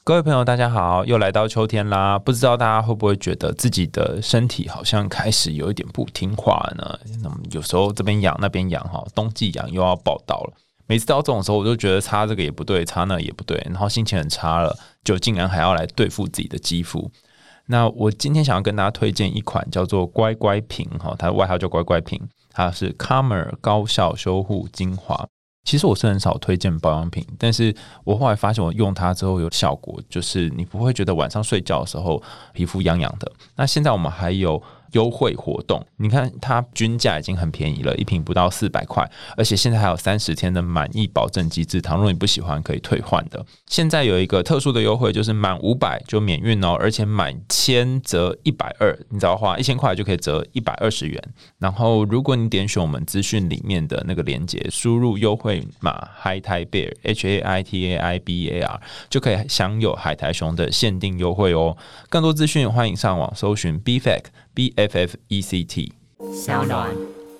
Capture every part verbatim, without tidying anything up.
各位朋友大家好，又来到秋天啦，不知道大家会不会觉得自己的身体好像开始有一点不听话了呢？有时候这边痒那边痒，冬季痒又要报到了，每次到这种时候我就觉得擦这个也不对，擦那也不对，然后心情很差了，就竟然还要来对付自己的肌肤。那我今天想要跟大家推荐一款叫做乖乖瓶，它的外号叫乖乖瓶，它是 Calmer 高效修护精华。其实我是很少推荐保养品，但是我后来发现我用它之后有效果，就是你不会觉得晚上睡觉的时候皮肤痒痒的。那现在我们还有优惠活动，你看它均价已经很便宜了，一瓶不到四百块，而且现在还有三十天的满意保证机制，倘若你不喜欢可以退换的。现在有一个特殊的优惠，就是满五百就免运哦，而且满千折一百二十，你只要花一千块就可以折一百二十元。然后如果你点选我们资讯里面的那个连结，输入优惠码 Hai Tai Bear H A I T A I B E A R 就可以享有海苔熊的限定优惠哦。更多资讯欢迎上网搜寻 B F E C B F F E C T。 小暖，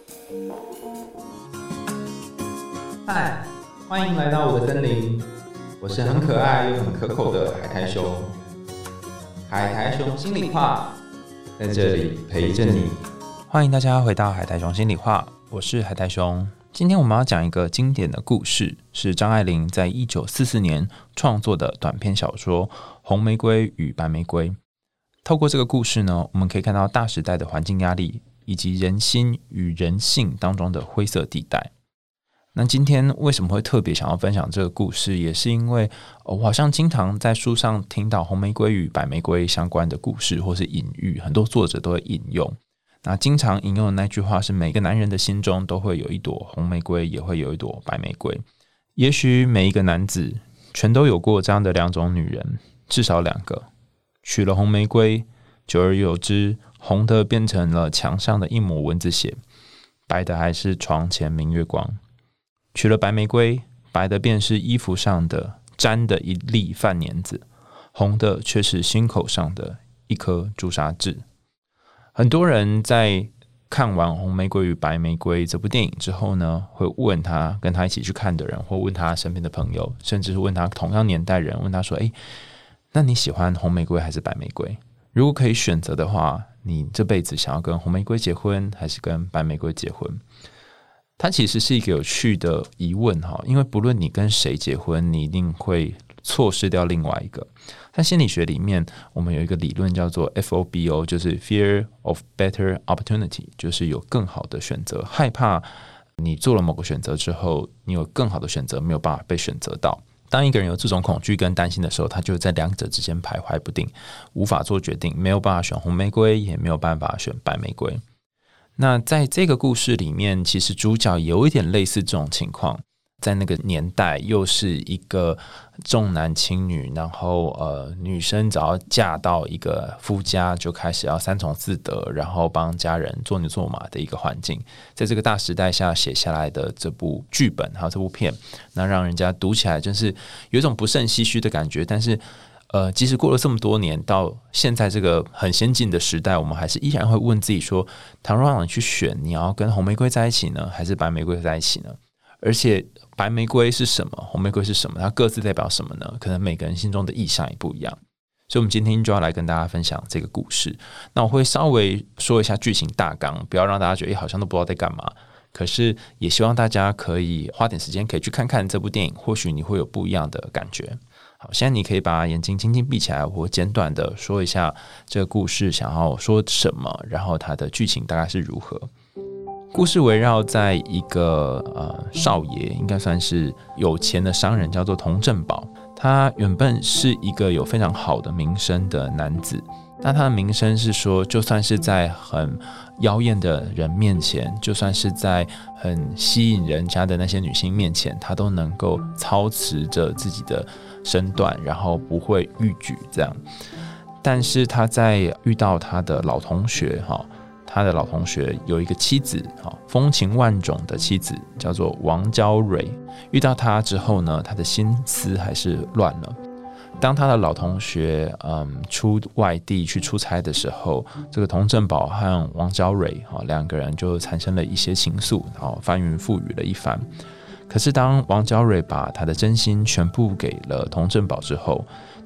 嗨，欢迎来到我的森林，我是很可爱又很可口的海苔熊。海苔熊心里话，在这里陪着你。欢迎大家回到海苔熊心里话，我是海苔熊。今天我们要讲一个经典的故事，是张爱玲在一九四四年创作的短篇小说《红玫瑰与白玫瑰》。透过这个故事呢，我们可以看到大时代的环境压力，以及人心与人性当中的灰色地带。那今天为什么会特别想要分享这个故事，也是因为我好像经常在书上听到红玫瑰与白玫瑰相关的故事或是隐喻，很多作者都会引用。那经常引用的那句话是，每个男人的心中都会有一朵红玫瑰，也会有一朵白玫瑰。也许每一个男子全都有过这样的两种女人，至少两个。娶了红玫瑰，久而久之，红的变成了墙上的一抹蚊子血，白的还是床前明月光。娶了白玫瑰，白的便是衣服上的沾的一粒饭粘子，红的却是心口上的一颗朱砂痣。很多人在看完《红玫瑰与白玫瑰》这部电影之后呢，会问他跟他一起去看的人，或问他身边的朋友，甚至是问他同样年代人，问他说：“哎，那你喜欢红玫瑰还是白玫瑰？如果可以选择的话，你这辈子想要跟红玫瑰结婚，还是跟白玫瑰结婚？”它其实是一个有趣的疑问，因为不论你跟谁结婚，你一定会错失掉另外一个。在心理学里面，我们有一个理论叫做 F O B O， 就是 Fear of Better Opportunity， 就是有更好的选择，害怕你做了某个选择之后，你有更好的选择没有办法被选择到。当一个人有这种恐惧跟担心的时候，他就在两者之间徘徊不定，无法做决定，没有办法选红玫瑰，也没有办法选白玫瑰。那在这个故事里面，其实主角有一点类似这种情况，在那个年代又是一个重男轻女，然后呃，女生只要嫁到一个夫家就开始要三从四德，然后帮家人做牛做马的一个环境。在这个大时代下写下来的这部剧本还有这部片，那让人家读起来真是有一种不胜唏嘘的感觉。但是呃，即使过了这么多年，到现在这个很先进的时代，我们还是依然会问自己说，倘若让你去选，你要跟红玫瑰在一起呢，还是白玫瑰在一起呢？而且白玫瑰是什么，红玫瑰是什么，它各自代表什么呢？可能每个人心中的意象也不一样。所以我们今天就要来跟大家分享这个故事。那我会稍微说一下剧情大纲，不要让大家觉得、欸、好像都不知道在干嘛，可是也希望大家可以花点时间可以去看看这部电影，或许你会有不一样的感觉。好，现在你可以把眼睛轻轻闭起来，我简短的说一下这个故事想要说什么，然后它的剧情大概是如何。故事围绕在一个呃少爷，应该算是有钱的商人，叫做童振宝。他原本是一个有非常好的名声的男子，但他的名声是说，就算是在很妖艳的人面前，就算是在很吸引人家的那些女性面前，他都能够操持着自己的身段，然后不会逾矩这样。但是他在遇到他的老同学哈。他的老同学有一个妻子，风情万种的妻子，叫做王娇蕊。遇到他之后呢，他的心思还是乱了。当他的老同学、嗯、出外地去出差的时候，这个童振宝和王娇蕊两个人就产生了一些情愫，翻云覆雨了一番。可是当王娇蕊把她的真心全部给了童振宝之后，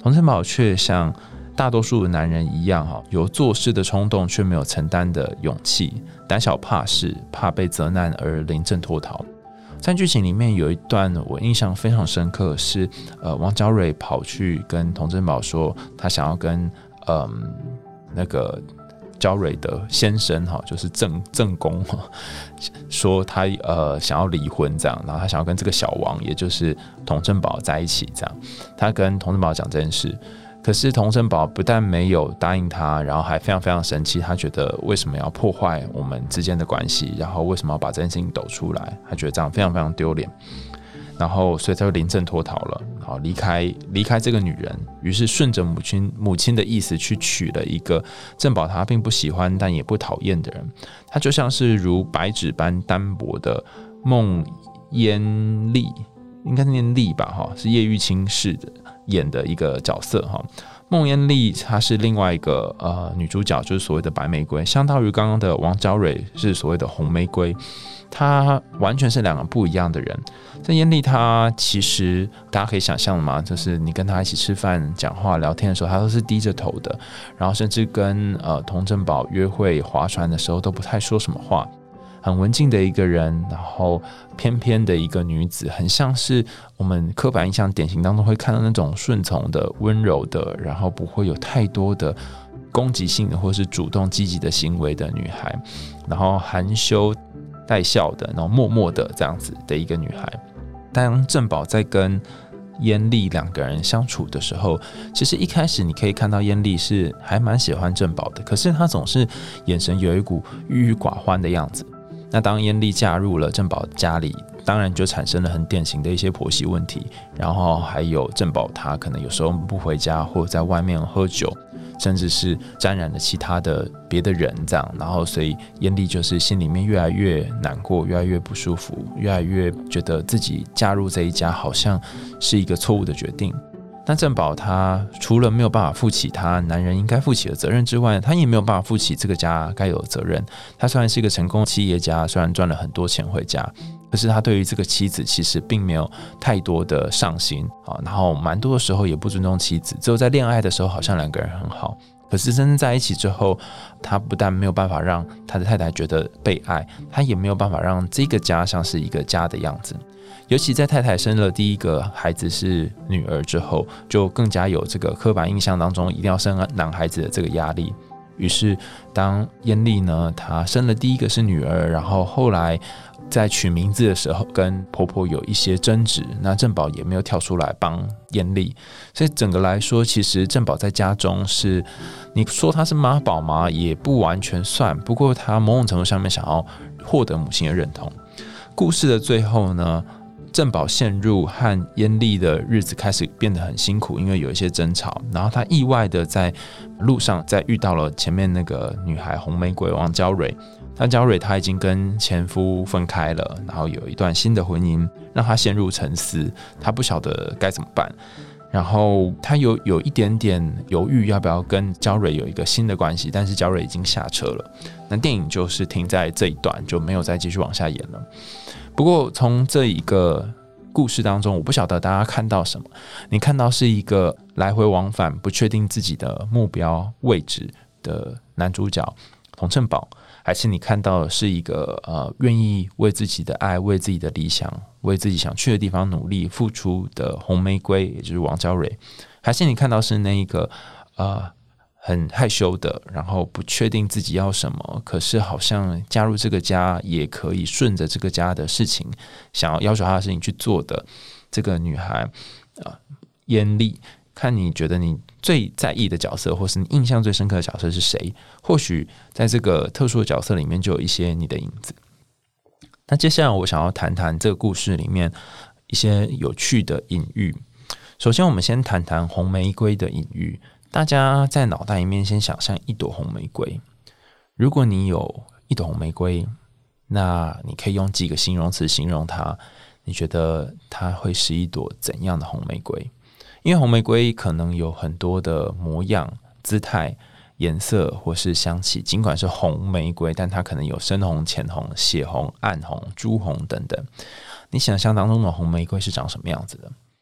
童振宝却像大多数的男人一样，有做事的冲动，却没有承担的勇气，胆小怕事，怕被责难而临阵脱逃。在剧情里面有一段我印象非常深刻，是呃王娇蕊跑去跟童振宝说，他想要跟嗯那个娇蕊的先生哈，就是正正宫，说他呃想要离婚这样，然后他想要跟这个小王，也就是童振宝在一起这样。他跟童振宝讲这件事，可是童振宝不但没有答应他，然后还非常非常生气，他觉得为什么要破坏我们之间的关系，然后为什么要把这件事情抖出来，他觉得这样非常非常丢脸，然后所以他就临阵脱逃了，然后离开离开这个女人，于是顺着母亲母亲的意思去娶了一个振宝他并不喜欢但也不讨厌的人，他就像是如白纸般单薄的孟烟丽，应该念丽吧，是叶玉卿饰的演的一个角色哈。孟烟丽她是另外一个呃女主角，就是所谓的白玫瑰，相当于刚刚的王娇蕊是所谓的红玫瑰，她完全是两个不一样的人。这烟丽她其实大家可以想象嘛，就是你跟她一起吃饭、讲话、聊天的时候，她都是低着头的，然后甚至跟呃童振宝约会、划船的时候都不太说什么话。很文静的一个人，然后偏偏的一个女子，很像是我们刻板印象典型当中会看到那种顺从的、温柔的，然后不会有太多的攻击性的或是主动积极的行为的女孩，然后含羞带笑的，然后默默的这样子的一个女孩。当振宝在跟烟丽两个人相处的时候，其实一开始你可以看到烟丽是还蛮喜欢振宝的，可是她总是眼神有一股郁郁寡欢的样子。那当烟丽嫁入了振宝家里，当然就产生了很典型的一些婆媳问题，然后还有振宝他可能有时候不回家，或者在外面喝酒，甚至是沾染了其他的别的人这样，然后所以烟丽就是心里面越来越难过，越来越不舒服，越来越觉得自己嫁入这一家好像是一个错误的决定。那振宝他除了没有办法负起他男人应该负起的责任之外，他也没有办法负起这个家该有的责任。他虽然是一个成功企业家，虽然赚了很多钱回家，可是他对于这个妻子其实并没有太多的上心，然后蛮多的时候也不尊重妻子，只有在恋爱的时候好像两个人很好，可是真正在一起之后，他不但没有办法让他的太太觉得被爱，他也没有办法让这个家像是一个家的样子。尤其在太太生了第一个孩子是女儿之后，就更加有这个刻板印象当中一定要生男孩子的这个压力。于是当烟丽呢，她生了第一个是女儿，然后后来在取名字的时候跟婆婆有一些争执，那振宝也没有跳出来帮烟丽，所以整个来说，其实振宝在家中是，你说他是妈宝吗？也不完全算，不过他某种程度上面想要获得母亲的认同。故事的最后呢，振宝陷入和烟丽的日子开始变得很辛苦，因为有一些争吵，然后他意外的在路上再遇到了前面那个女孩红玫瑰王娇蕊。那娇蕊她已经跟前夫分开了，然后有一段新的婚姻，让她陷入沉思，她不晓得该怎么办。然后她有有一点点犹豫要不要跟娇蕊有一个新的关系，但是娇蕊已经下车了。那电影就是停在这一段，就没有再继续往下演了。不过从这一个故事当中，我不晓得大家看到什么，你看到是一个来回往返不确定自己的目标位置的男主角童振宝，还是你看到的是一个呃愿意为自己的爱、为自己的理想、为自己想去的地方努力付出的红玫瑰，也就是王娇蕊，还是你看到是那一个呃很害羞的，然后不确定自己要什么，可是好像加入这个家也可以顺着这个家的事情，想要要求他的事情去做的这个女孩呃烟丽。看你觉得你最在意的角色，或是你印象最深刻的角色是谁？或许在这个特殊的角色里面就有一些你的影子。那接下来我想要谈谈这个故事里面一些有趣的隐喻。首先我们先谈谈红玫瑰的隐喻。大家在脑袋里面先想象一朵红玫瑰，如果你有一朵红玫瑰，那你可以用几个形容词形容它，你觉得它会是一朵怎样的红玫瑰？因为红玫瑰可能有很多的模样、姿态、颜色或是香气，尽管是红玫瑰，但它可能有深红、浅红、血红、暗红、朱红等等。你想象当中的红玫瑰是长什么样子的？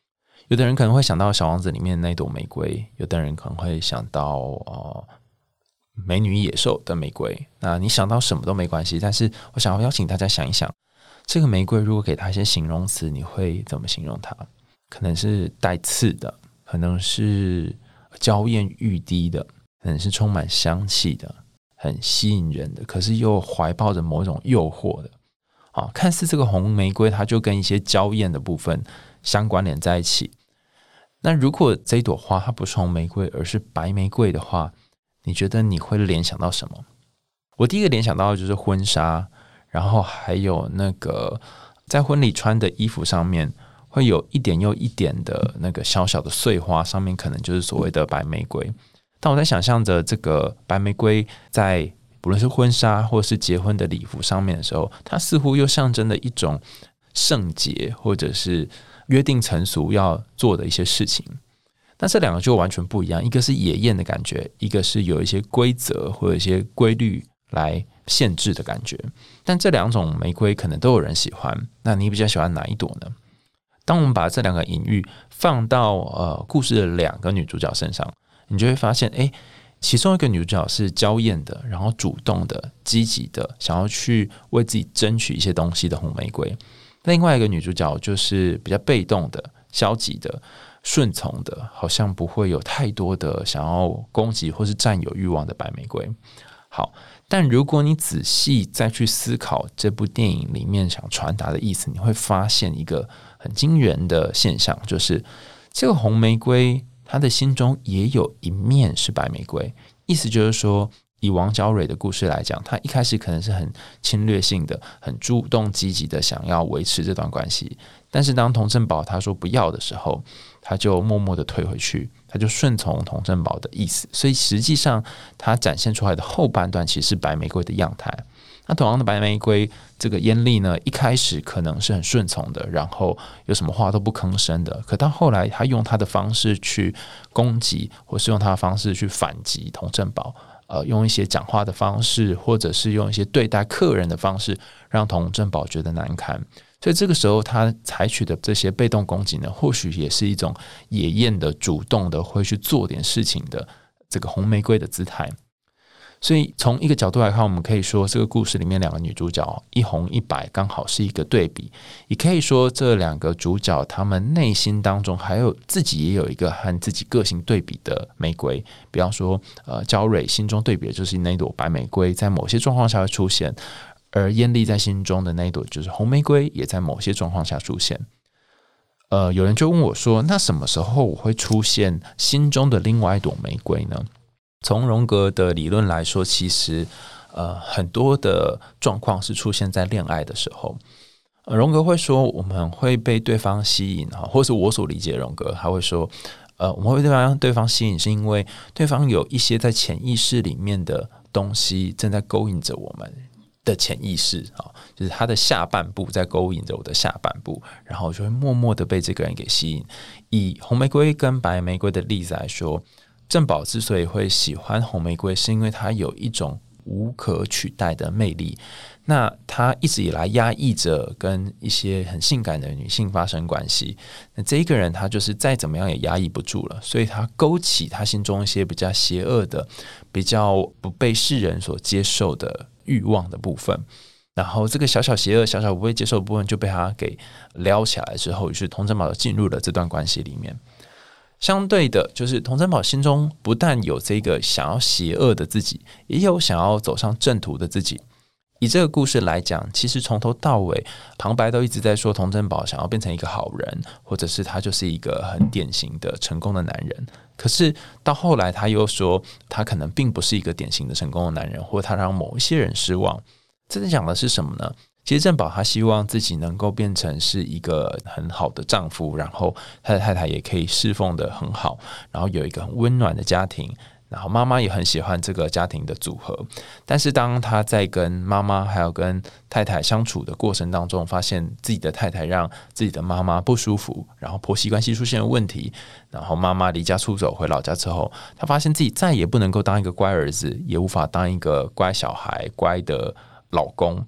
有的人可能会想到小王子里面那朵玫瑰，有的人可能会想到呃美女野兽的玫瑰，那你想到什么都没关系，但是我想要邀请大家想一想，这个玫瑰如果给它一些形容词，你会怎么形容它？可能是带刺的，可能是娇艳欲滴的，可能是充满香气的，很吸引人的，可是又怀抱着某种诱惑的。好，看似这个红玫瑰它就跟一些娇艳的部分相关联在一起。那如果这一朵花它不是红玫瑰而是白玫瑰的话，你觉得你会联想到什么？我第一个联想到的就是婚纱，然后还有那个在婚礼穿的衣服上面会有一点又一点的那个小小的碎花，上面可能就是所谓的白玫瑰。但我在想象着这个白玫瑰在不论是婚纱或是结婚的礼服上面的时候，它似乎又象征了一种圣洁或者是约定成俗要做的一些事情。那这两个就完全不一样，一个是野艳的感觉，一个是有一些规则或者一些规律来限制的感觉。但这两种玫瑰可能都有人喜欢，那你比较喜欢哪一朵呢？当我们把这两个隐喻放到呃故事的两个女主角身上，你就会发现，哎，其中一个女主角是娇艳的，然后主动的、积极的，想要去为自己争取一些东西的红玫瑰；另外一个女主角就是比较被动的、消极的、顺从的，好像不会有太多的想要攻击或是占有欲望的白玫瑰。好，但如果你仔细再去思考这部电影里面想传达的意思，你会发现一个很惊人的现象，就是这个红玫瑰他的心中也有一面是白玫瑰。意思就是说，以王娇蕊的故事来讲，他一开始可能是很侵略性的、很主动积极的想要维持这段关系，但是当童振宝他说不要的时候，他就默默的退回去，他就顺从童振宝的意思。所以实际上他展现出来的后半段其实是白玫瑰的样态。那同样的白玫瑰，这个燕丽呢，一开始可能是很顺从的，然后有什么话都不吭声的，可到后来他用他的方式去攻击，或是用他的方式去反击童振宝，呃，用一些讲话的方式，或者是用一些对待客人的方式，让童振宝觉得难堪。所以这个时候他采取的这些被动攻击呢，或许也是一种野艳的、主动的，会去做点事情的这个红玫瑰的姿态。所以从一个角度来看，我们可以说这个故事里面两个女主角一红一白刚好是一个对比，也可以说这两个主角她们内心当中还有自己也有一个和自己个性对比的玫瑰。比方说呃，娇蕊心中对比的就是那朵白玫瑰在某些状况下会出现，而燕丽在心中的那一朵就是红玫瑰也在某些状况下出现。呃，有人就问我说，那什么时候我会出现心中的另外一朵玫瑰呢？从荣格的理论来说，其实呃很多的状况是出现在恋爱的时候。呃、荣格会说我们会被对方吸引，或是我所理解的荣格他会说呃，我们会被对方对方吸引是因为对方有一些在潜意识里面的东西正在勾引着我们的潜意识，就是他的下半部在勾引着我的下半部，然后就会默默的被这个人给吸引。以红玫瑰跟白玫瑰的例子来说，振宝之所以会喜欢红玫瑰，是因为他有一种无可取代的魅力。那他一直以来压抑着跟一些很性感的女性发生关系，那这一个人他就是再怎么样也压抑不住了，所以他勾起他心中一些比较邪恶的、比较不被世人所接受的欲望的部分。然后这个小小邪恶、小小不被接受的部分就被他给撩起来之后，于是童振宝就进入了这段关系里面。相对的，就是童振宝心中不但有这个想要邪恶的自己，也有想要走上正途的自己。以这个故事来讲，其实从头到尾，旁白都一直在说童振宝想要变成一个好人，或者是他就是一个很典型的成功的男人。可是到后来，他又说他可能并不是一个典型的成功的男人，或他让某一些人失望。这讲的是什么呢？其实振宝他希望自己能够变成是一个很好的丈夫，然后他的太太也可以侍奉得很好，然后有一个很温暖的家庭，然后妈妈也很喜欢这个家庭的组合。但是当他在跟妈妈还有跟太太相处的过程当中，发现自己的太太让自己的妈妈不舒服，然后婆媳关系出现了问题，然后妈妈离家出走回老家之后，他发现自己再也不能够当一个乖儿子，也无法当一个乖小孩、乖的老公。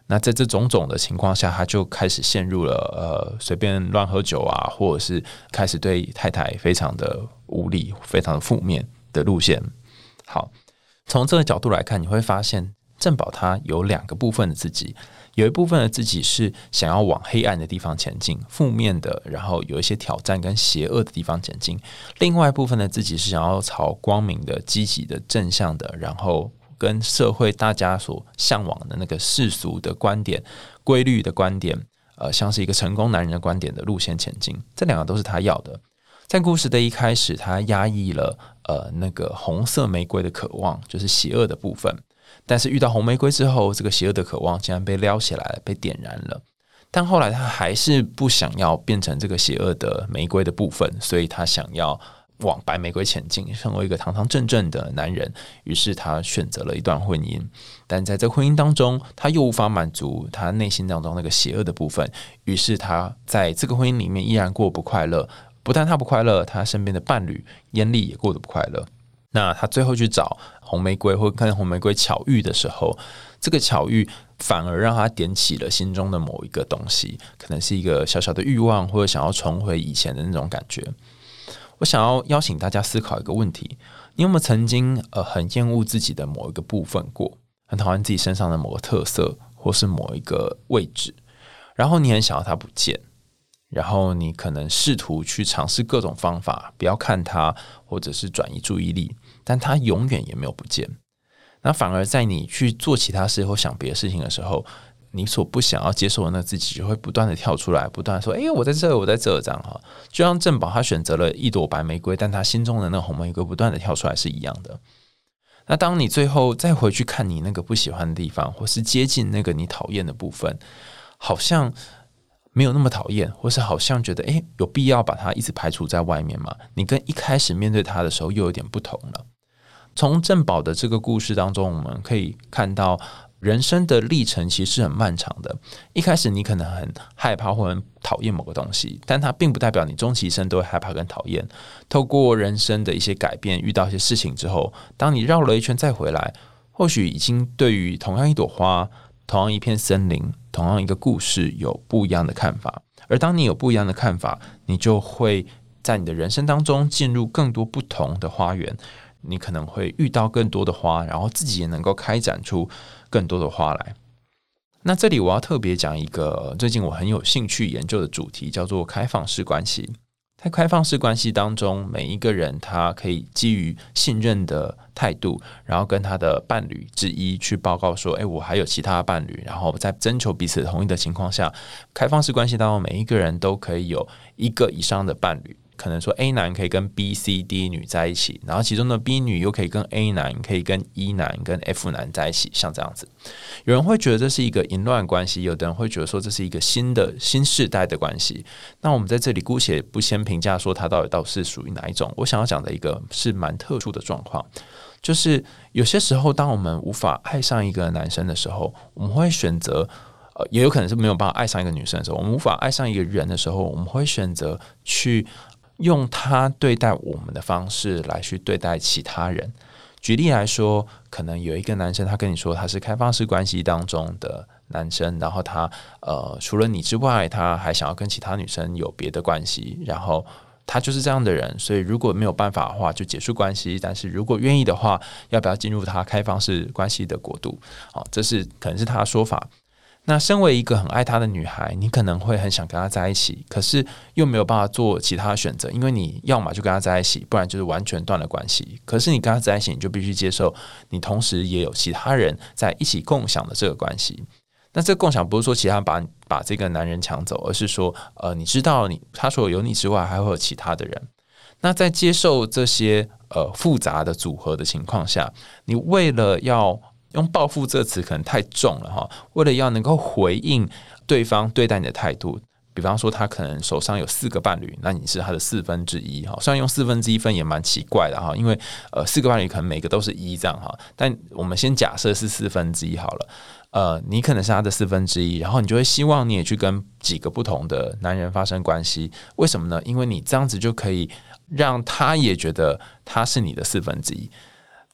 那在这种种的情况下，他就开始陷入了呃随便乱喝酒啊，或者是开始对太太非常的无理、非常的负面的路线。好，从这个角度来看，你会发现正宝他有两个部分的自己，有一部分的自己是想要往黑暗的地方前进，负面的，然后有一些挑战跟邪恶的地方前进；另外一部分的自己是想要朝光明的、积极的、正向的，然后跟社会大家所向往的那个世俗的观点、规律的观点，呃，像是一个成功男人的观点的路线前进。这两个都是他要的。在故事的一开始，他压抑了呃那个红色玫瑰的渴望，就是邪恶的部分。但是遇到红玫瑰之后，这个邪恶的渴望竟然被撩起来了，被点燃了。但后来他还是不想要变成这个邪恶的玫瑰的部分，所以他想要往白玫瑰前进，成为一个堂堂正正的男人。于是他选择了一段婚姻，但在这个婚姻当中，他又无法满足他内心当中那个邪恶的部分。于是他在这个婚姻里面依然过不快乐，不但他不快乐，他身边的伴侣艳丽也过得不快乐。那他最后去找红玫瑰或跟红玫瑰巧遇的时候，这个巧遇反而让他点起了心中的某一个东西，可能是一个小小的欲望，或者想要重回以前的那种感觉。我想要邀请大家思考一个问题：你有没有曾经呃很厌恶自己的某一个部分过，很讨厌自己身上的某个特色，或是某一个位置，然后你很想要它不见，然后你可能试图去尝试各种方法，不要看它，或者是转移注意力，但它永远也没有不见。那反而在你去做其他事或想别的事情的时候，你所不想要接受的那自己就会不断的跳出来，不断的说：“哎、欸，我在这，我在这。”这样哈，就像正宝他选择了一朵白玫瑰，但他心中的那个红玫瑰不断的跳出来是一样的。那当你最后再回去看你那个不喜欢的地方，或是接近那个你讨厌的部分，好像没有那么讨厌，或是好像觉得哎、欸，有必要把它一直排除在外面吗？你跟一开始面对它的时候又有点不同了。从正宝的这个故事当中，我们可以看到人生的历程其实是很漫长的。一开始你可能很害怕或很讨厌某个东西，但它并不代表你终其一生都会害怕跟讨厌。透过人生的一些改变，遇到一些事情之后，当你绕了一圈再回来，或许已经对于同样一朵花、同样一片森林、同样一个故事有不一样的看法。而当你有不一样的看法，你就会在你的人生当中进入更多不同的花园，你可能会遇到更多的花，然后自己也能够开展出更多的花来。那这里我要特别讲一个最近我很有兴趣研究的主题，叫做开放式关系。在开放式关系当中，每一个人他可以基于信任的态度，然后跟他的伴侣之一去报告说：“哎，我还有其他的伴侣。”然后在征求彼此同意的情况下，开放式关系当中，每一个人都可以有一个以上的伴侣。可能说 A 男可以跟 B、C、D 女在一起，然后其中的 B 女又可以跟 A 男，可以跟 E 男、跟 F 男在一起，像这样子。有人会觉得这是一个淫乱关系，有的人会觉得说这是一个新的新世代的关系。那我们在这里姑且不先评价说它到底到底是属于哪一种。我想要讲的一个是蛮特殊的状况，就是有些时候当我们无法爱上一个男生的时候，我们会选择呃，也有可能是没有办法爱上一个女生的时候，我们无法爱上一个人的时候，我们会选择去用他对待我们的方式来去对待其他人。举例来说，可能有一个男生他跟你说他是开放式关系当中的男生，然后他呃除了你之外，他还想要跟其他女生有别的关系，然后他就是这样的人，所以如果没有办法的话就结束关系，但是如果愿意的话，要不要进入他开放式关系的国度？好，这是可能是他的说法。那身为一个很爱他的女孩，你可能会很想跟他在一起，可是又没有办法做其他的选择，因为你要么就跟他在一起，不然就是完全断了关系。可是你跟他在一起，你就必须接受你同时也有其他人在一起共享的这个关系。那这个共享不是说其他人把把这个男人抢走，而是说呃，你知道你他除了有你之外还会有其他的人。那在接受这些呃复杂的组合的情况下，你为了要用报复这个词可能太重了哈，为了要能够回应对方对待你的态度，比方说他可能手上有四个伴侣，那你是他的四分之一哈。虽然用四分之一分也蛮奇怪的哈，因为呃四个伴侣可能每个都是一这样哈，但我们先假设是四分之一好了。呃，你可能是他的四分之一，然后你就会希望你也去跟几个不同的男人发生关系。为什么呢？因为你这样子就可以让他也觉得他是你的四分之一。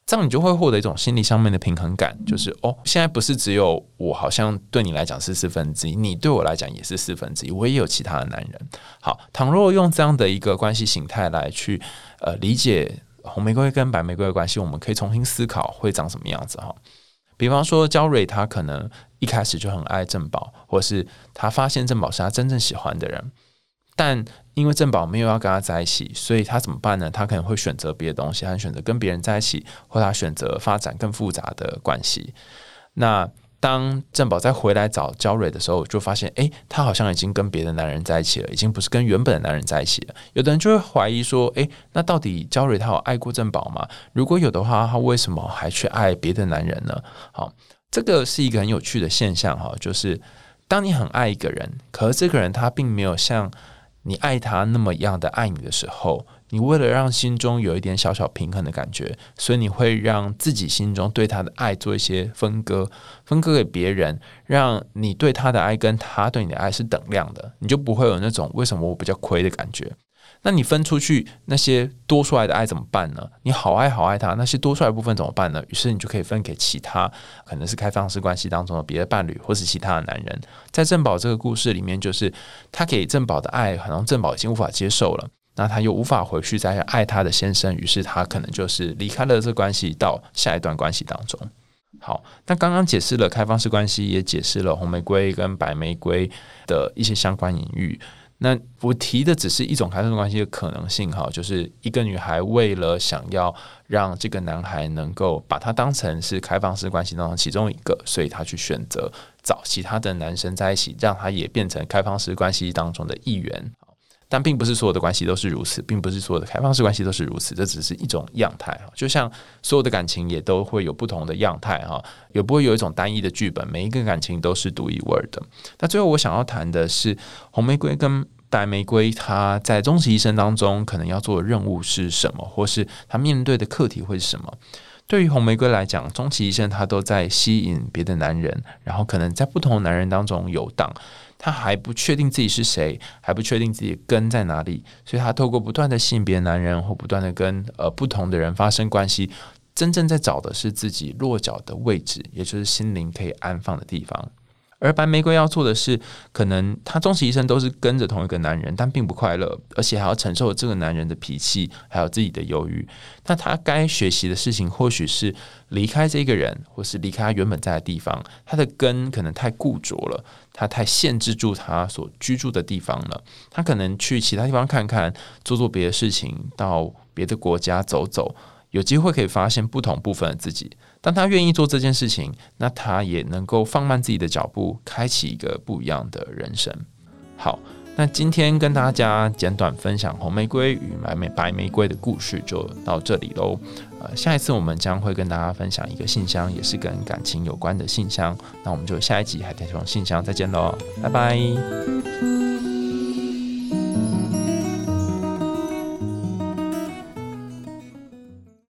这样你就会获得一种心理上面的平衡感，就是哦，现在不是只有我好像对你来讲是四分之一，你对我来讲也是四分之一，我也有其他的男人。好，倘若用这样的一个关系形态来去呃理解红玫瑰跟白玫瑰的关系，我们可以重新思考会长什么样子哈。比方说焦蕊他可能一开始就很爱郑宝，或是他发现郑宝是他真正喜欢的人，但因为郑宝没有要跟他在一起，所以他怎么办呢？他可能会选择别的东西，他选择跟别人在一起，或他选择发展更复杂的关系。那当郑宝再回来找焦蕊的时候，就发现诶，他好像已经跟别的男人在一起了，已经不是跟原本的男人在一起了。有的人就会怀疑说，诶，那到底焦蕊他有爱过郑宝吗？如果有的话，他为什么还去爱别的男人呢？好，这个是一个很有趣的现象哈，就是当你很爱一个人，可是这个人他并没有像你爱他那么样的爱你的时候，你为了让心中有一点小小平衡的感觉，所以你会让自己心中对他的爱做一些分割，分割给别人，让你对他的爱跟他对你的爱是等量的，你就不会有那种为什么我比较亏的感觉。那你分出去那些多出来的爱怎么办呢？你好爱好爱他，那些多出来的部分怎么办呢？于是你就可以分给其他可能是开放式关系当中的别的伴侣，或是其他的男人。在郑宝这个故事里面，就是他给郑宝的爱好像郑宝已经无法接受了，那他又无法回去再爱他的先生，于是他可能就是离开了这关系，到下一段关系当中。好，那刚刚解释了开放式关系，也解释了红玫瑰跟白玫瑰的一些相关隐喻。那我提的只是一种开放式关系的可能性哈，就是一个女孩为了想要让这个男孩能够把他当成是开放式关系当中其中一个，所以他去选择找其他的男生在一起，让他也变成开放式关系当中的一员。但并不是所有的关系都是如此，并不是所有的开放式关系都是如此，这只是一种样态。就像所有的感情也都会有不同的样态，也不会有一种单一的剧本，每一个感情都是独一无二的。那最后我想要谈的是红玫瑰跟白玫瑰，它在终其一生当中可能要做的任务是什么，或是它面对的课题会是什么。对于红玫瑰来讲，终其一生他都在吸引别的男人，然后可能在不同的男人当中游荡，他还不确定自己是谁，还不确定自己的根在哪里，所以他透过不断的吸引别的男人，或不断的跟呃不同的人发生关系，真正在找的是自己落脚的位置，也就是心灵可以安放的地方。而白玫瑰要做的是，可能他终其一生都是跟着同一个男人，但并不快乐，而且还要承受这个男人的脾气，还有自己的忧郁。那他该学习的事情，或许是离开这个人，或是离开他原本在的地方。他的根可能太固着了，他太限制住他所居住的地方了。他可能去其他地方看看，做做别的事情，到别的国家走走。有机会可以发现不同部分的自己。当他愿意做这件事情，那他也能够放慢自己的脚步，开启一个不一样的人生。好，那今天跟大家简短分享红玫瑰与白玫瑰的故事就到这里咯。呃，下一次我们将会跟大家分享一个信箱，也是跟感情有关的信箱。那我们就下一集海苔熊信箱再见咯，拜拜。